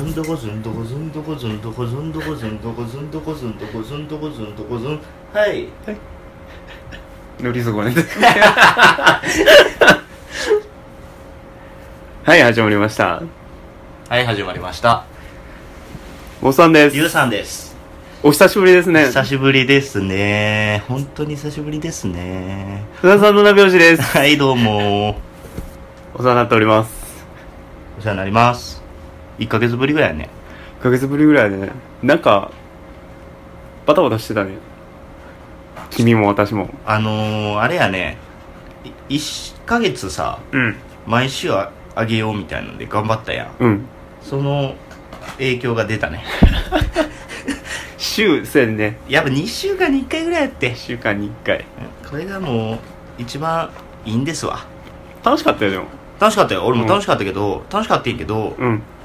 んどこずんどこずんどこずんどこずんどこずんどこずんどこずんどこずんどこずんどこずんはい乗り損ねてはい始まりました。 はい始まりました。 おっさんです。 ゆうさんです。 お久しぶりですね。 久しぶりですね。本当に久しぶりですね。 津田さんの鍋推しです。 はいどうもお世話になっております。 お世話になります。1ヶ月ぶりぐらいやね。 1ヶ月ぶりぐらいでね、なんかバタバタしてたね。君も私も。 あれやね、1ヶ月さ、毎週あげようみたいなので頑張ったやん。その影響が出たね。 週戦ね。 やっぱ2週間に1回ぐらいやって。 1週間に1回。 これがもう一番いいんですわ。 楽しかったよ。でも楽しかったよ。俺も楽しかったけど、楽しかったんやけど、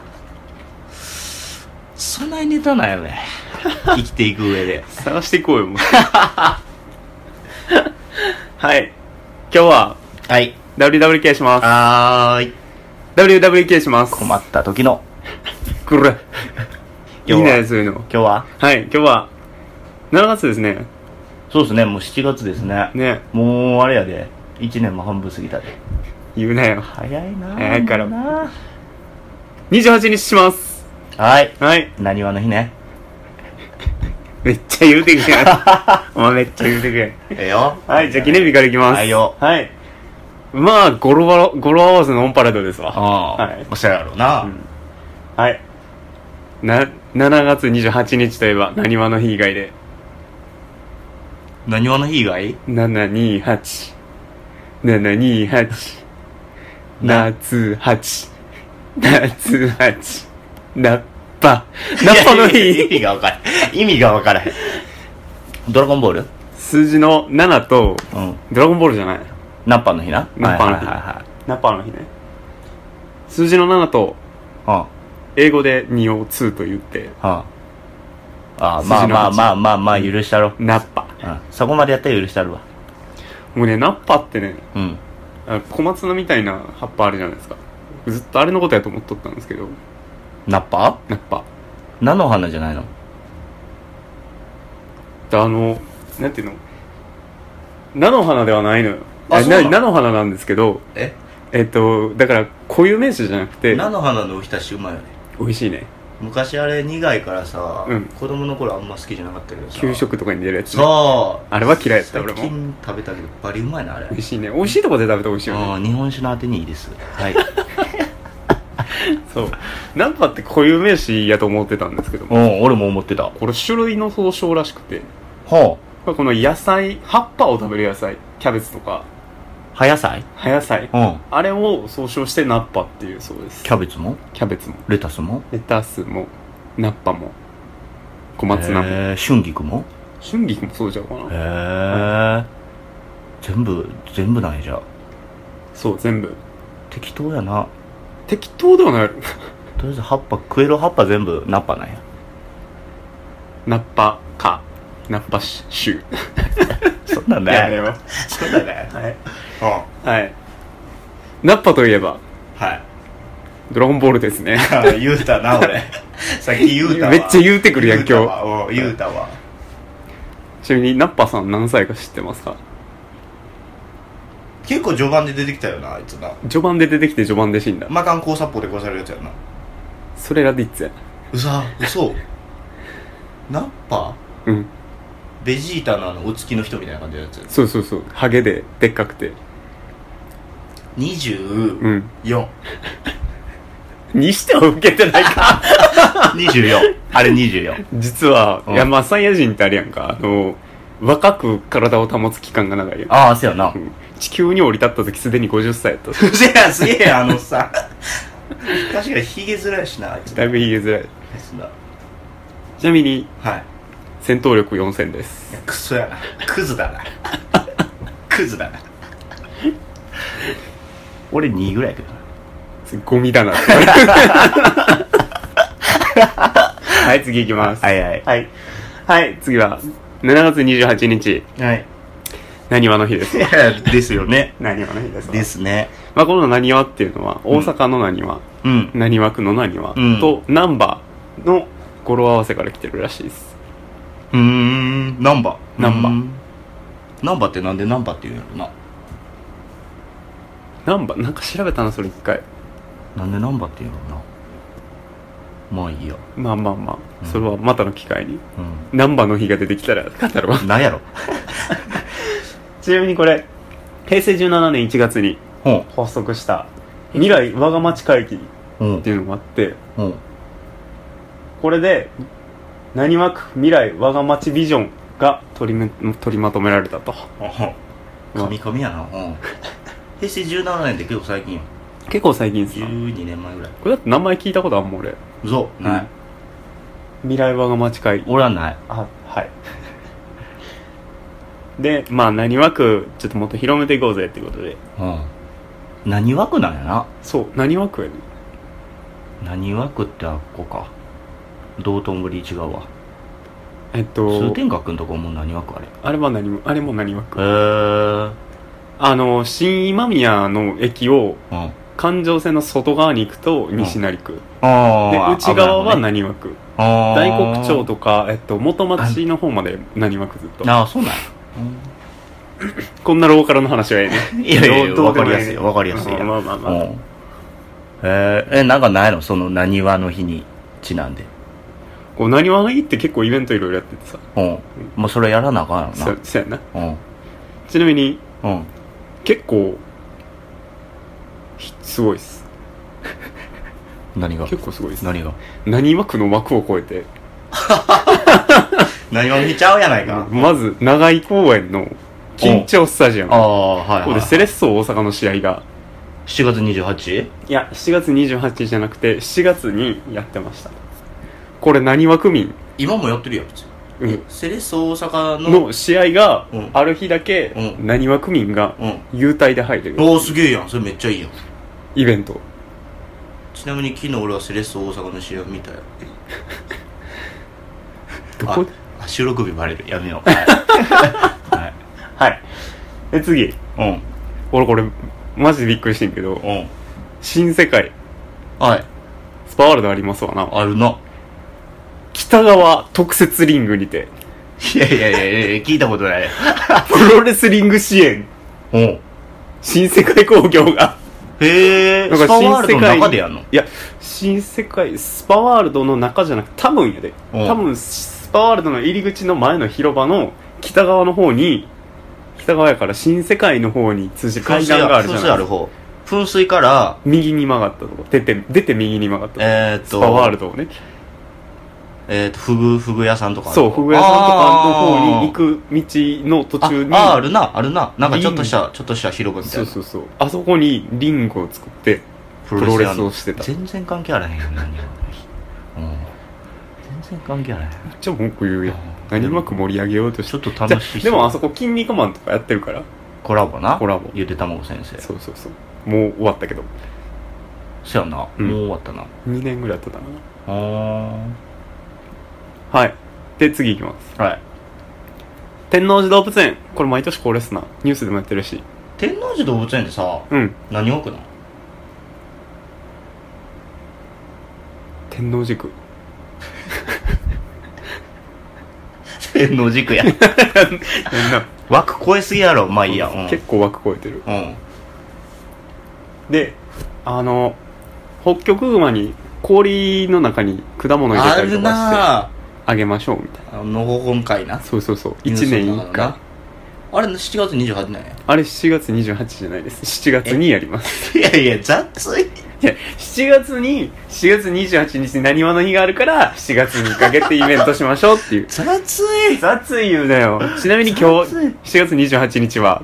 そんなにネタないよね。生きていく上で探していこうよもう。はい、今日ははい WWK します。WWK します。 困った時のこれいいね、そういうの。 今日ははい今日は7月ですね。 そうですね、もう7月ですね。もうあれやで、1年も半分過ぎたで。 言うなよ。 早いな。 早いからな。28日します。 はいなにわの日ね。 めっちゃ言うてくれ。お前めっちゃ言うてくれ。 ええよ。 はい、じゃあ記念日からいきます。 はいよ。 はい。まあ語呂合わせのオンパレードですわ。 はい。おしゃれやろうな。 はい。7月28日といえばなにわの日以外で。 なにわの日以外 ?728 728夏8ナッパの日。 意味が分からへん。ドラゴンボール数字の7と、ドラゴンボールじゃない、 ナッパの日な。 ナッパの日、ナッパの日ね。数字の7と、英語で2を2と言って、 まあ許したろ。 ナッパ、 そこまでやったら許したるわ。 もうね、ナッパってね、小松菜みたいな葉っぱあるじゃないですか。ずっとあれのことやと思っとったんですけど。 ナッパ菜の花じゃないの？ なんていうの、菜の花ではないのよ。菜の花なんですけど、だから固有名詞じゃなくて、 菜の花のおひたしうまいよね。 美味しいね。 昔あれ苦いからさ、子供の頃あんま好きじゃなかったけどさ、 給食とかに出るやつね。 そうあれは嫌いやった。俺も最近食べたけどバリうまいなあれ。 美味しいね。美味しいとこで食べたら美味しいよね。 日本酒のあてにいいです。はい。 そう、ナンパって固有名詞やと思ってたんですけども、 俺も思ってた。 これ種類の総称らしくて、 この野菜、葉っぱを食べる野菜、キャベツとか葉野菜、 あれを総称してナッパっていうそうです。 キャベツもレタスもナッパも小松菜も春菊もそうちゃうかな。 全部なんや。じゃあそう、全部適当やな。 適当ではない。 とりあえず葉っぱ、食える葉っぱ全部ナッパなんや。 ナッパ種そんなんだよ。 そうだね。はい。ナッパといえばドラゴンボールですね。 言うたな俺。さっき言うたわ。 めっちゃ言うてくるやん今日。 言うたわ。 ちなみにナッパさん何歳か知ってますか？ 結構序盤で出てきたよな、あいつな。 序盤で出てきて序盤で死んだ。 魔漢高殺法で殺されるやつやな。 それラディッツや。 嘘ナッパ？ベジータのお付きの人みたいな感じのやつ。 そうハゲででっかくて 24 にしては受けてないか。 24あれ24。 実はサイヤ人ってあれやんか、若く体を保つ期間が長いやん。 そうやな。 地球に降り立った時すでに50歳やった。 すげえさ。確かにヒゲ面やしな、あいつ。 だいぶヒゲ面や。ちなみに戦闘力4000です。 クソやな。クズだな。俺2ぐらいやけどな。 ゴミだなってはい次いきます。はい次は7月28日なにわの日です。 ですよね。 なにわの日です。 ですね。 このなにわっていうのは大阪のなにわ、 なにわ区のなにわ、とナンバーの語呂合わせから来てるらしいです。 ナンバってなんでナンバって言うんやろな。 ナンバなんか調べたなそれ一回。 なんでナンバって言うんやろな。まあいいや。 まあ、それはまたの機会に、ナンバの日が出てきたら語るわ。 なんやろ。 ちなみにこれ平成17年1月に発足した未来我が町会議っていうのがあって、これでなにわ区未来我が町ビジョンが取りまとめられたと。 神やな。平成17年って結構最近よ。 結構最近ですな。 12年前ぐらい。 これだって名前聞いたことあんもん俺。 嘘ない。 未来我が町会議。 俺はない。 はい。でまあなにわ区ちょっともっと広めていこうぜっていうことで。 なにわ区なんやな。 そうなにわ区やね。 なにわ区ってあっこか。道頓堀違うわ。通天閣のとこもなにわ区あれ。 あれもなにわ区。新今宮の駅を、環状線の外側に行くと西成区、で内側はなにわ区、大黒町とか、元町の方までなにわ区ずっと。 そうなんや。 こんなローカルの話はええね。 いや分かりやすい分かりやすい。まあなんかないのそのなにわの日にちなんで。 こうなにわの日って結構イベントいろいろやっててさ。 まあそれやらなあかんやろな。 そうやな。ちなみに結構すごいっす。 何が？ 結構すごいっす。 何が？ なにわ区の枠を超えてなにわ見ちゃうやないか。 まず長井公園の緊張スタジアム、 ここでセレッソ大阪の試合が 7月 28？ いや7月28じゃなくて7月にやってました。これなにわ区民今もやってるやん別に。セレッソ大阪の試合がある日だけなにわ区民が優待で入れる。 すげえやん。それめっちゃいいやん。 イベント。 ちなみに昨日俺はセレッソ大阪の試合を見たよ。 どこ収録日バレる。やめよう。 はい。で次、俺これマジでびっくりしてんけど、新世界スパワールドありますわな。 あるな。 北川特設リングにて。 いや聞いたことない。 プロレスリング支援新世界工業がへえ。スパワールドの中でやんの？ いや新世界スパワールドの中じゃなくて多分やで。多分スパワールドの入り口の前の広場の北側の方に、北側やから新世界の方に通じる階段があるじゃないですか。 噴水から右に曲がったとこ出て右に曲がったスパワールドをね。 フグ屋さんとか。 そう、フグ屋さんとかの方に行く道の途中にあるな。なんかちょっとした広場みたいな。 そうあそこにリングを作ってプロレスをしてた。 全然関係あらへんよ。何全然関係あらへん。 めっちゃ文句言うやん。何うまく盛り上げようとして。 ちょっと楽しい。 でもあそこ筋肉マンとかやってるからコラボな。 コラボゆでたまご先生。 そうもう終わったけど。 そやな、もう終わったな。 2年ぐらいやってたな。はい。で次いきます。 はい。 天王寺動物園、これ毎年恒例っすな。ニュースでもやってるし。 天王寺動物園ってさ、何億なの？ 天王寺区。 天王寺区や。枠超えすぎやろ。まあいいや。 結構枠超えてる。で、ホッキョクグマに氷の中に果物入れたりとかしてあげましょうみたいな。 のほほん会な。 そう1年1回。 あれ7月28なんや。 あれ7月28じゃないです。7月にやります。 いや雑い。 いや7月28日になにわの日があるから7月にかけてイベントしましょうっていう。 雑い言うなよ。ちなみに今日7月28日は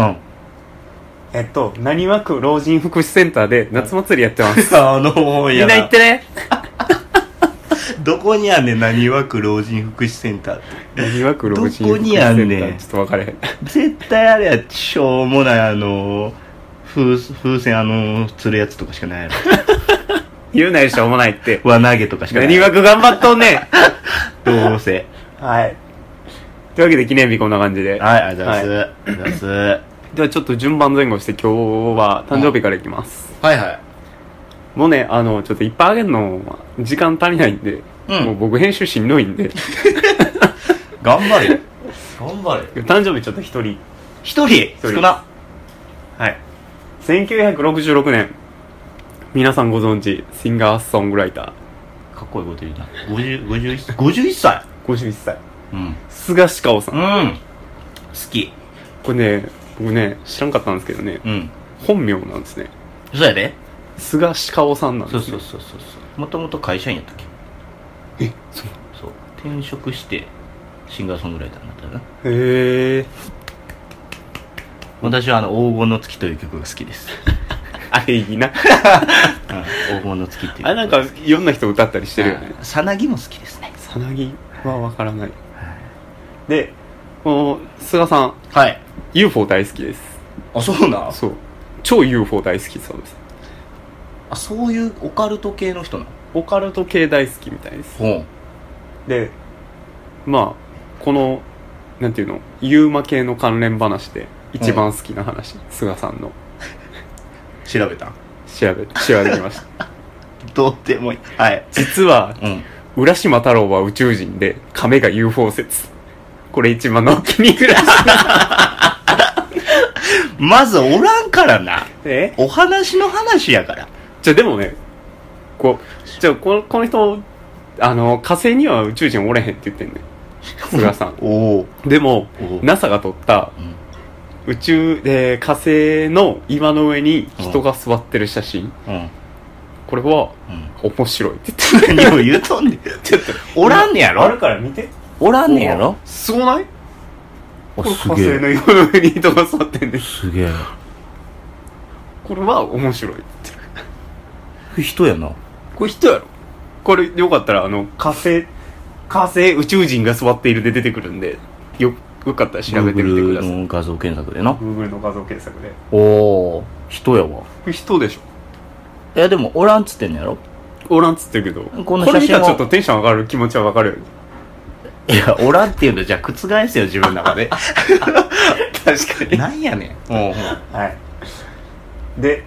なにわ区老人福祉センターで夏祭りやってます。みんな行ってね。 どこにあんねん、なにわ区老人福祉センターって。 なにわ区老人福祉センター。どこにあんねん。ちょっと分かれへん。 絶対あれや、しょうもない風船釣るやつとかしかないやろ。 言うなよ、しょうもないって。 輪投げとかしかない。 なにわ区頑張っとんねん。 どうせ。 はい。というわけで記念日こんな感じで。 はい、ありがとうございます。 ではちょっと順番前後して今日は誕生日からいきます。 はい。 もうねちょっといっぱいあげるの時間足りないんで、もう僕編集しんどいんで頑張れ頑張れ。 誕生日ちょっと一人少な。 はい。1966年、皆さんご存知シンガーソングライター、 かっこいいこと言うな。51歳。 51歳。菅氏香さん。好き。 これね、僕ね知らんかったんですけどね、本名なんですね。 そうやで。 菅氏香さんなんですね。 そう。もともと会社員やったっけ。そう。転職してシンガーソングライターになったよな。 へえ。 私は黄金の月という曲が好きです。 あれいいな。 黄金の月っていう。 なんかいろんな人歌ったりしてるよね。 さなぎも好きですね。 さなぎはわからない。で、この菅さん、 はい、 UFO 大好きです。 あ、そうな。 そう。超 UFO 大好きそうです。 あ、そういうオカルト系の人なの。 オカルト系大好きみたいです。で、まあこのなんていうの、ユーマ系の関連話で一番好きな話、菅さんの調べてきましたどうでもいい。はい。 実は、浦島太郎は宇宙人で亀が UFO 説、これ一番のお気に入りらしいまずおらんからな。お話の話やから。 じゃあでもね、この人火星には宇宙人おれへんって言ってんねん菅さんでも NASA が撮った宇宙で火星の岩の上に人が座ってる写真、これは面白いって言って何を言うとんねん。ちょっとおらんねやろ。 あるから見て。 おらんねやろ。 すごない？ これ火星の岩の上に人が座ってんねん。 すげえ。 これは面白いって言ってる。 人やな。 これ人やろ。これよかったら火星宇宙人が座っているで出てくるんで、よかったら調べてみてください。 Google の画像検索でな。 Google の画像検索で。 おー、人やわ。 人でしょ。 いやでもおらんっつってんのやろ。 おらんっつってるけど、 この写真はこれ見たらちょっとテンション上がる気持ちはわかるよね。 いや、おらんっていうのじゃあ覆すよ自分の中で。 確かに。 なんやねん。 はい。で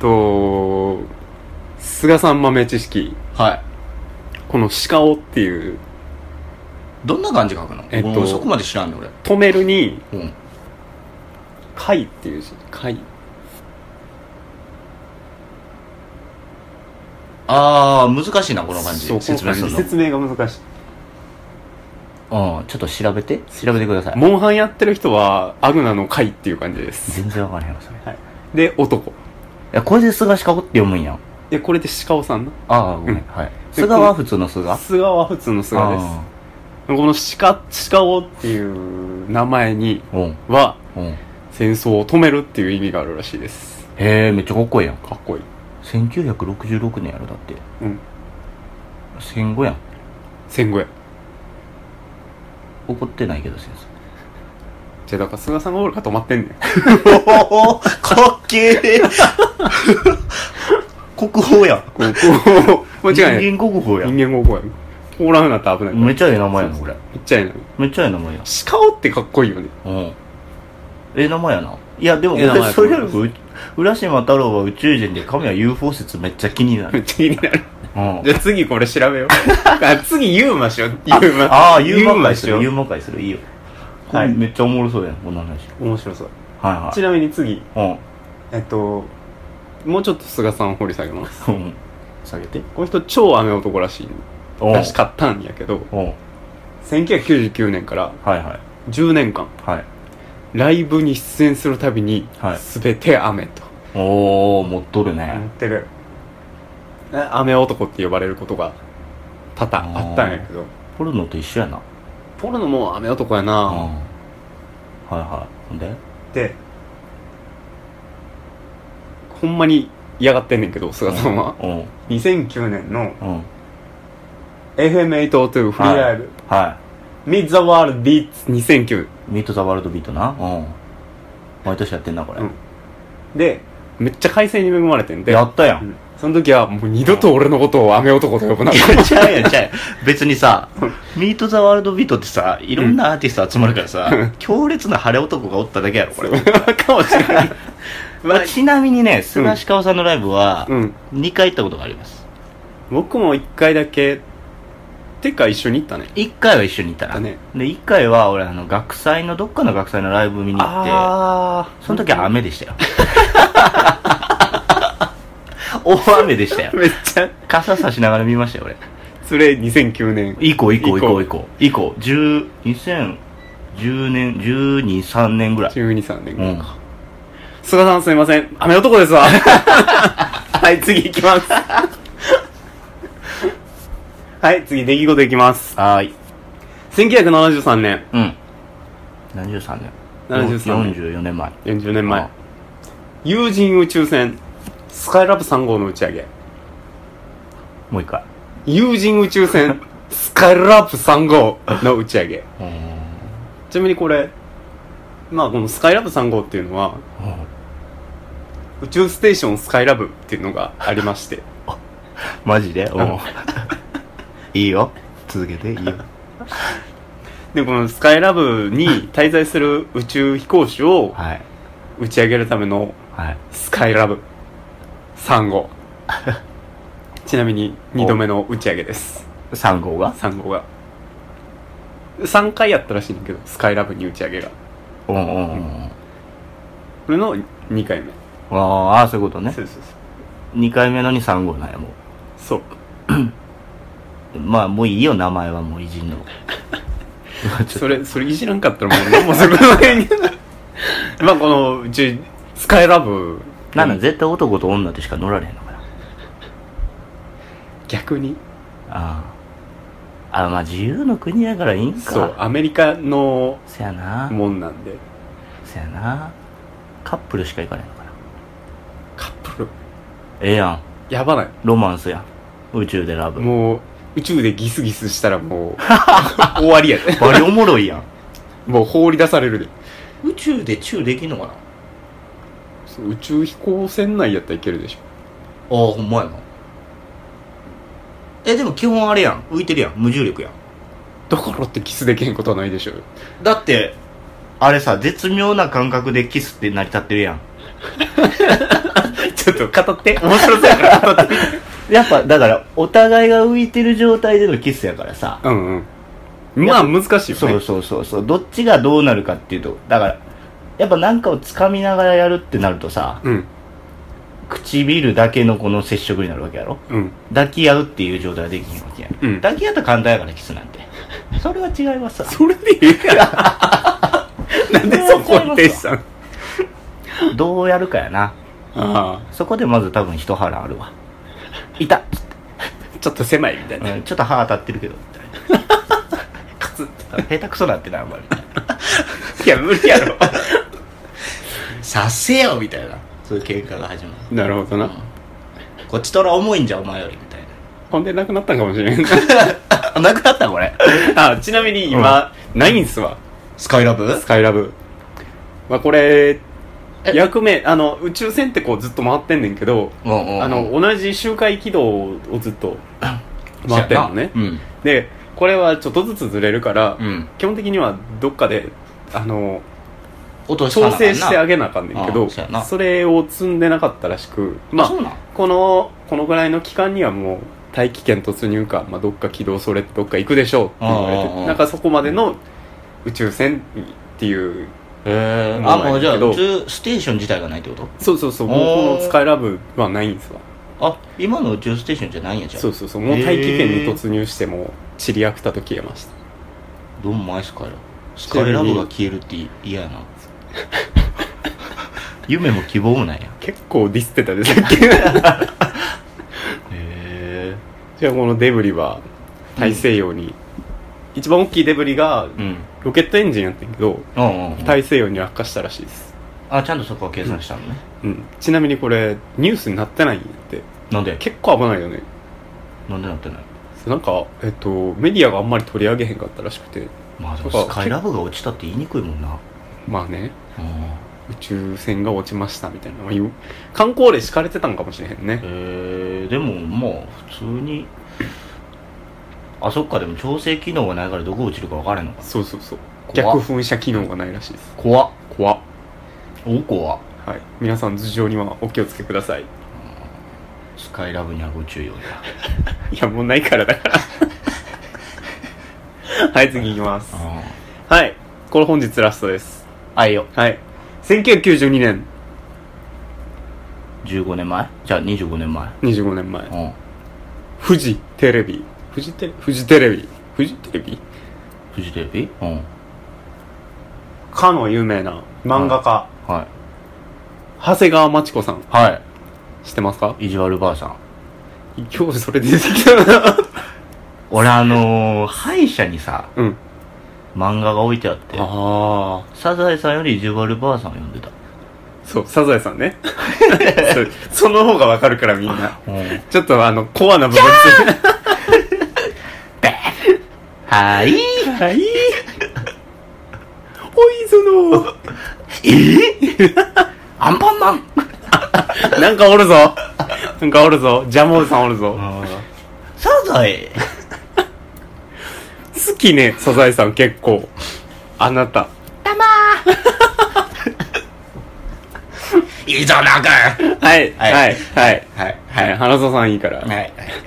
菅さん豆知識。 はい。 この鹿尾っていう、 どんな漢字書くの？そこまで知らんね俺。 止めるに貝っていう字。貝。 あー、難しいなこの漢字。 説明するの。説明が難しい。 ちょっと調べてください。 モンハンやってる人はアグナの貝っていう感じです。 全然わからへんわそれ。 はい。で、男。いや、これで菅鹿尾って読むんやん。 いや、これで鹿尾さんな。 ああ、ごめん。はい。菅は普通の菅？ 菅は普通の菅です。この鹿尾っていう名前には戦争を止めるっていう意味があるらしいです。 へえ、めっちゃかっこいいやん。 かっこいい。 1966年やろだって。戦後やん。 戦後や。 怒ってないけど先生。 じゃあだから菅さんがおるか止まってんねん。 かっけえ。国宝やん。 間違いない。 人間国宝やん。 人間国宝やん。おらんなったら危ない。 めっちゃええ名前やなこれ。 めっちゃええな。 めっちゃええ名前や。 鹿尾ってかっこいいよね。 ええ名前やな。いやでも俺それより浦島太郎は宇宙人で亀は UFO 説めっちゃ気になる。 めっちゃ気になる。じゃあ次これ調べよう。次ユーマしよう。 ユーマ会する。いいよ。はい。めっちゃおもろそうやんこんな話。 面白そう。 はいはい。 ちなみに次、もうちょっと菅さんを掘り下げます。 下げて。 この人超雨男らしかったんやけど、1999年から10年間、ライブに出演するたびに全て雨と。 おー、持っとるね。 持ってる。雨男って呼ばれることが多々あったんやけど、 ポルノと一緒やな。 ポルノも雨男やな。 はいはい。 でほんまに嫌がってんねんけど菅さんは、2009年の FM802 フリーライブ、Meet the World Beats 2009。 Meet the World Beat な。毎年やってんなこれ。 でめっちゃ快晴に恵まれてんで、 やったやん。 その時はもう二度と俺のことを雨男と呼ぶな。 ちゃうやん。別にさ、ミートザワールドビートってさ、いろんなアーティスト集まるからさ、強烈な晴れ男がおっただけやろこれ。 かもしれない。 ちなみにね菅氏川さんのライブは2回行ったことがあります。 僕も1回だけてか一緒に行ったね。 1回は一緒に行ったな、ね、で1回は俺学祭のどっかの学祭のライブ見に行ってその時は雨でしたよ大雨でしたよ。 めっちゃ傘差しながら見ましたよ俺。 それ2009年以降2010年12、3年ぐらい。 12、3年ぐらいか。菅さんすいません、雨男ですわはい次行きますはい次出来事いきます。 はい。 1973年。 73年。 44 年前。 40年前。有人宇宙船スカイラブ3号の打ち上げ。 もう一回。 有人宇宙船スカイラブ3号の打ち上げちなみにこれこのスカイラブ3号っていうのは宇宙ステーションスカイラブっていうのがありましてマジでいいよ続けていいよでこのスカイラブに滞在する宇宙飛行士を打ち上げるためのスカイラブ3号ちなみに2度目の打ち上げです。 3号が 3回やったらしいんだけどスカイラブに打ち上げがこれの2回目。 ああそういうことね。 そう 2回目のに3号なんやもう。 そうまあもういいよ名前はもういじんのそれいじらんかったらもう何もする前にこのうちスカイラブ絶対男と女でしか乗られへんのかな。 逆にまあ自由の国やからいいんか。 そうアメリカのせやなもんなんで。 せやなカップルしか行かれへんのかな。 カップルええやん。 やばないロマンスやん。宇宙でラブ。 もう宇宙でギスギスしたらもう終わりやでバリおもろいやんもう放り出されるで。 宇宙でチューできんのかな。 宇宙飛行船内やったらいけるでしょ。 ああほんまやな。でも基本あれやん浮いてるやん無重力やん。 だからってキスできへんことはないでしょ。 だってあれさ絶妙な感覚でキスって成り立ってるやんちょっと語って面白そうやから語ってやっぱだからお互いが浮いてる状態でのキスやからさ難しいよね。 そうどっちがどうなるかっていうとだからやっぱ何かを掴みながらやるってなるとさ、唇だけのこの接触になるわけやろ、抱き合うっていう状態はできひんわけや、抱き合ったら簡単やからキスなんてそれは違いますわ。 それでいいやなんでそこに徹したんどうやるかやな。そこでまず多分一腹あるわ。いたっつってちょっと狭いみたいな、 ちょっと歯当たってるけどみたいなカツッて下手くそなってなあんまりいや無理やろさせよみたいなそういう喧嘩が始まる。 なるほどな、 こっちとら重いんじゃお前よりみたいな。 ほんでなくなったんかもしれんなくなったこれちなみに今、ないんすわスカイラブこれ役目宇宙船ってこうずっと回ってんねんけど、同じ周回軌道をずっと回ってんのね、でこれはちょっとずつずれるから、基本的にはどっかで調整してあげなあかんねんけど、それを積んでなかったらしく、このぐらいの期間にはもう大気圏突入か、どっか軌道それどっか行くでしょうって言われて、なんかそこまでの宇宙船っていうもうじゃあ宇宙ステーション自体がないってこと？ そうもうこのスカイラブはないんですわ。 今の宇宙ステーションじゃないんやじゃん。 そうもう大気圏に突入してもチリアクタと消えました。 どんまいスカイラブが消えるって嫌やな夢も希望もないやん。 結構ディスってたでさっきじゃあこのデブリは大西洋に、一番大きいデブリがロケットエンジンやってんけど、大西洋に落下したらしいです。 ちゃんとそこは計算したのね、 ちなみにこれニュースになってないんやって。 なんで？ 結構危ないよね。 なんでなってない？ なんかメディアがあんまり取り上げへんかったらしくて。 でもスカイラブが落ちたって言いにくいもんな。宇宙船が落ちましたみたいな観光で敷かれてたんかもしれへんね。でも普通にそっか。でも調整機能がないからどこ落ちるか分からへんのか。 そう逆噴射機能がないらしいです。 怖っ。 怖っ。 はい、皆さん頭上にはお気をつけください。 スカイラブにはご注意を。 いやもうないからだからはい次いきます。はい、これ本日ラストです。 はいよ。 はい、1992年 15年前じゃあ25年前 25年前、フジテレビフジテレビかの有名な漫画家、 はい、 長谷川町子さん、 はい、 知ってますか？ 意地悪ばあさん。 今日それ出てきたな俺歯医者にさ、漫画が置いてあって、サザエさんより意地悪ばあさんを読んでた。 そうサザエさんねその方がわかるからみんな、ちょっとコアな部分はいおいそのアンパンマンなんかおるぞジャムおじさんおるぞ。 サザエ好きねサザエさん結構。あなたたまーいいぞなくはい花澤さんいいから。はい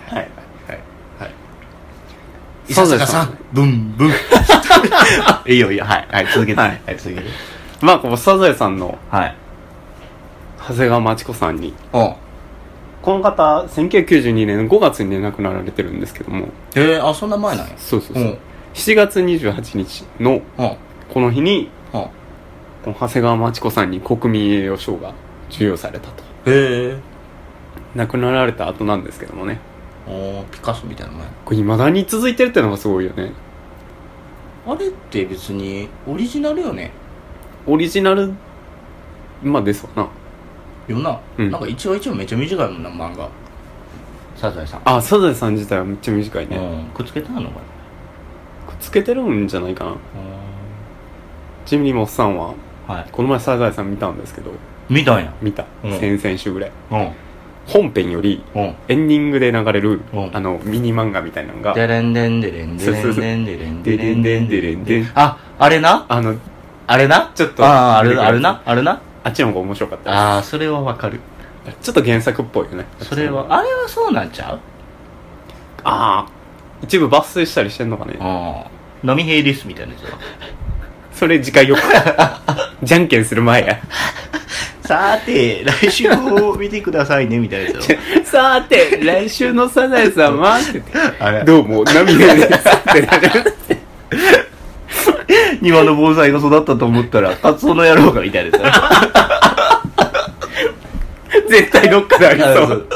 サザエさんブンブンいいよはい続けて続けて。 まあこのサザエさんの長谷川町子さんに、この方1992年5月にね亡くなられてるんですけども。 そんな前なんや。 そう7月28日のこの日に、この長谷川町子さんに国民栄誉賞が授与されたと。亡くなられた後なんですけどもね。 ピカソみたいなもんや。 これ未だに続いてるってのがすごいよね。 あれって別にオリジナルよね。 オリジナルまあですわなよな、なんか一応めっちゃ短いもんな漫画。サザエさん。 サザエさん自体はめっちゃ短いね。 くっつけたのかな。 くっつけてるんじゃないかな。ちなみにもおっさんは、この前サザエさん見たんですけど。 見たんや。 見た、先々週ぐらい。本編よりエンディングで流れるミニ漫画みたいなのがデレンデンデレンデレンデンデレンデレンデンデレンデン、あれなあれな、 ちょっとあれなあっちの方が面白かったです。 それはわかる。 ちょっと原作っぽいよね。 それはあれはそうなんちゃう。 一部抜粋したりしてんのかね。 波平ですみたいなやつはそれ次回よじゃんけんする前やさて来週を見てくださいねみたいなやつさて来週のサザエさんはどうも涙ですってなる庭の盆栽が育ったと思ったらカツオの野郎がみたいなやつ絶対どっかでありそう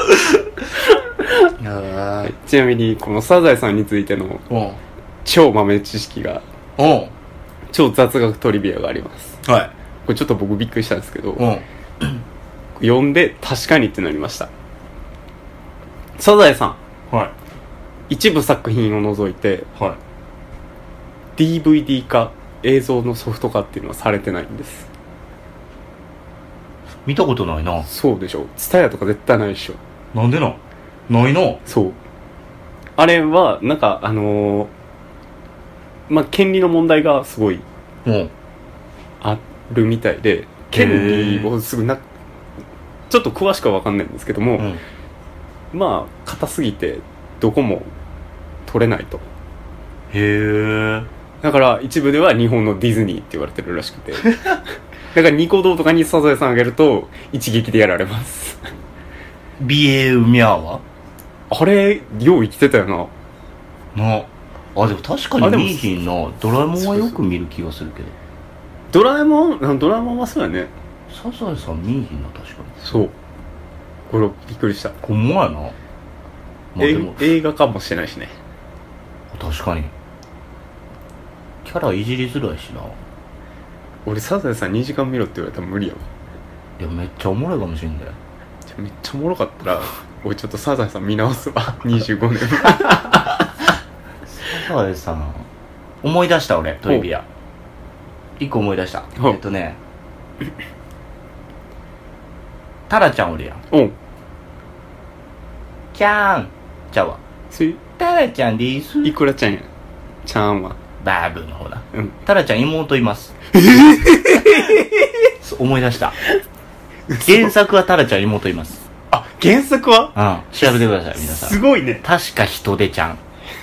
ちなみにこのサザエさんについての超豆知識が超雑学トリビアがあります。これちょっと僕びっくりしたんですけど、読んで確かにってなりました。サザエさん、一部作品を除いて、DVD 化、映像のソフト化っていうのはされてないんです。 見たことないな。 そうでしょ。TSUTAYAとか絶対ないでしょ。 なんでな。ないな。 そう。あれはなんか権利の問題がすごいあるみたいで、権利をちょっと詳しくは分かんないんですけども、硬すぎてどこも取れないと。だから一部では日本のディズニーって言われてるらしくてだからニコ動とかにサザエさんあげると一撃でやられますビエウミャーはあれよう生きてたよな。 でも確かに見えひんな。ドラえもんはよく見る気がするけど。 ドラえもんはそうやね。 サザエさん見えひんな。確かにそう。これびっくりした。 ほんまやな。 でも映画化もしてないしね。 確かにキャラいじりづらいしな。 俺サザエさん2時間見ろって言われたら無理やわ。 いやめっちゃおもろいかもしれんだよ。 めっちゃおもろかったら俺ちょっとサザエさん見直すわ25年サザエさん思い出した俺トリビア1個思い出した。タラちゃんおるやん。キャーンちゃうわ。タラちゃんでーす。 いくらちゃんや。ちゃんはバブーの方だ。タラちゃん妹います。思い出した。 原作はタラちゃん妹います。 あ、原作は？ うん。調べてください、皆さん。 すごいね。 確か人手ちゃん。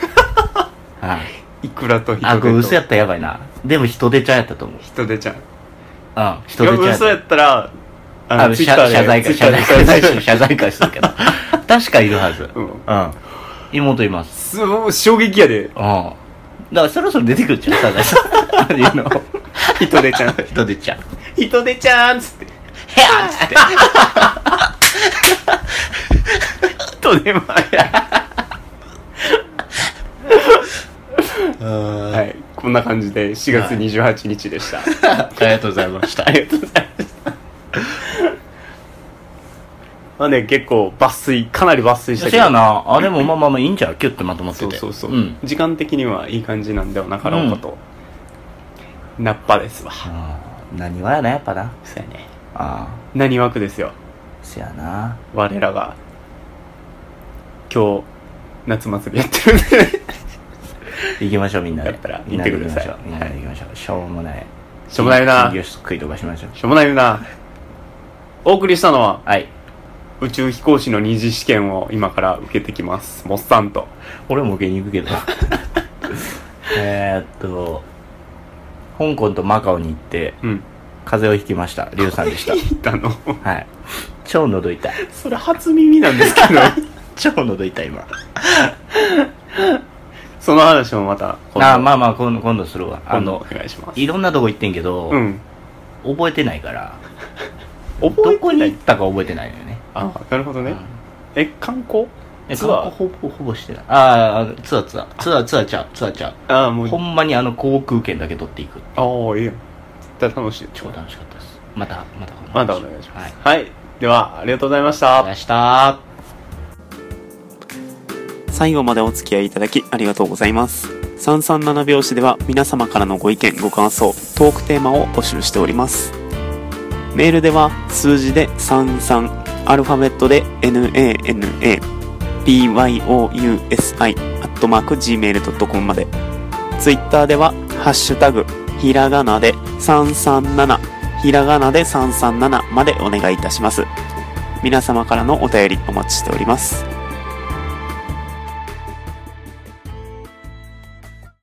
いくらと人手と。 あ、これ嘘やったらやばいな。でも人手ちゃんやったと思う。 人手ちゃん。 うん、人手ちゃん。 嘘やったら、 謝罪会するけど。確かいるはず。うん。妹います。 衝撃やで。 うん。だからそろそろ出てくるじゃん、サザエさん。 人手ちゃん。 人手ちゃん。 人手ちゃんっつって。へやんっつって。人手前や。はい。こんな感じで4月28日でした。 ありがとうございました。 ありがとうございました。まあね、結構かなり抜粋したけど。 せやな。あ、でもまあいいんちゃう、キュッとまとまってて。 そう、うん、時間的にはいい感じなんではなかろうかと。ナッパですわ。 何話やな、やっぱな。 そうやね。何枠ですよ。 せやな。 我らが今日夏祭りやってるんで行きましょう、みんなで。 やったら行ってください。 みんなで行きましょう。しょうもないな。 金魚すくいとかしましょう。 しょうもないな。お送りしたのは、 はい。 宇宙飛行士の二次試験を今から受けてきます。モッサンと。 俺も受けに行くけど。香港とマカオに行って、風邪をひきました。リュウさんでした。 ひいたの？ はい。超喉痛い。 それ初耳なんですけど。 超喉痛い今。 その話もまた今度するわ。 お願いします。 いろんなとこ行ってんけど、覚えてないから。どこに行ったか覚えてないのよね。 あ、なるほどね。観光？ ツアーほぼしてない。ああ、ツアーちゃう。 ああ、もうほんまに航空券だけ取っていく。 ああ、いいやん。絶対楽しい。 超楽しかったです。またお願いします。はい。では、ありがとうございました。最後までお付き合いいただきありがとうございます。337拍子では皆様からのご意見ご感想トークテーマを募集しております。メールでは数字で33アルファベットで nanabyousi@gmail.com まで。ツイッターではハッシュタグひらがなで337ひらがなで337までお願いいたします。皆様からのお便りお待ちしております。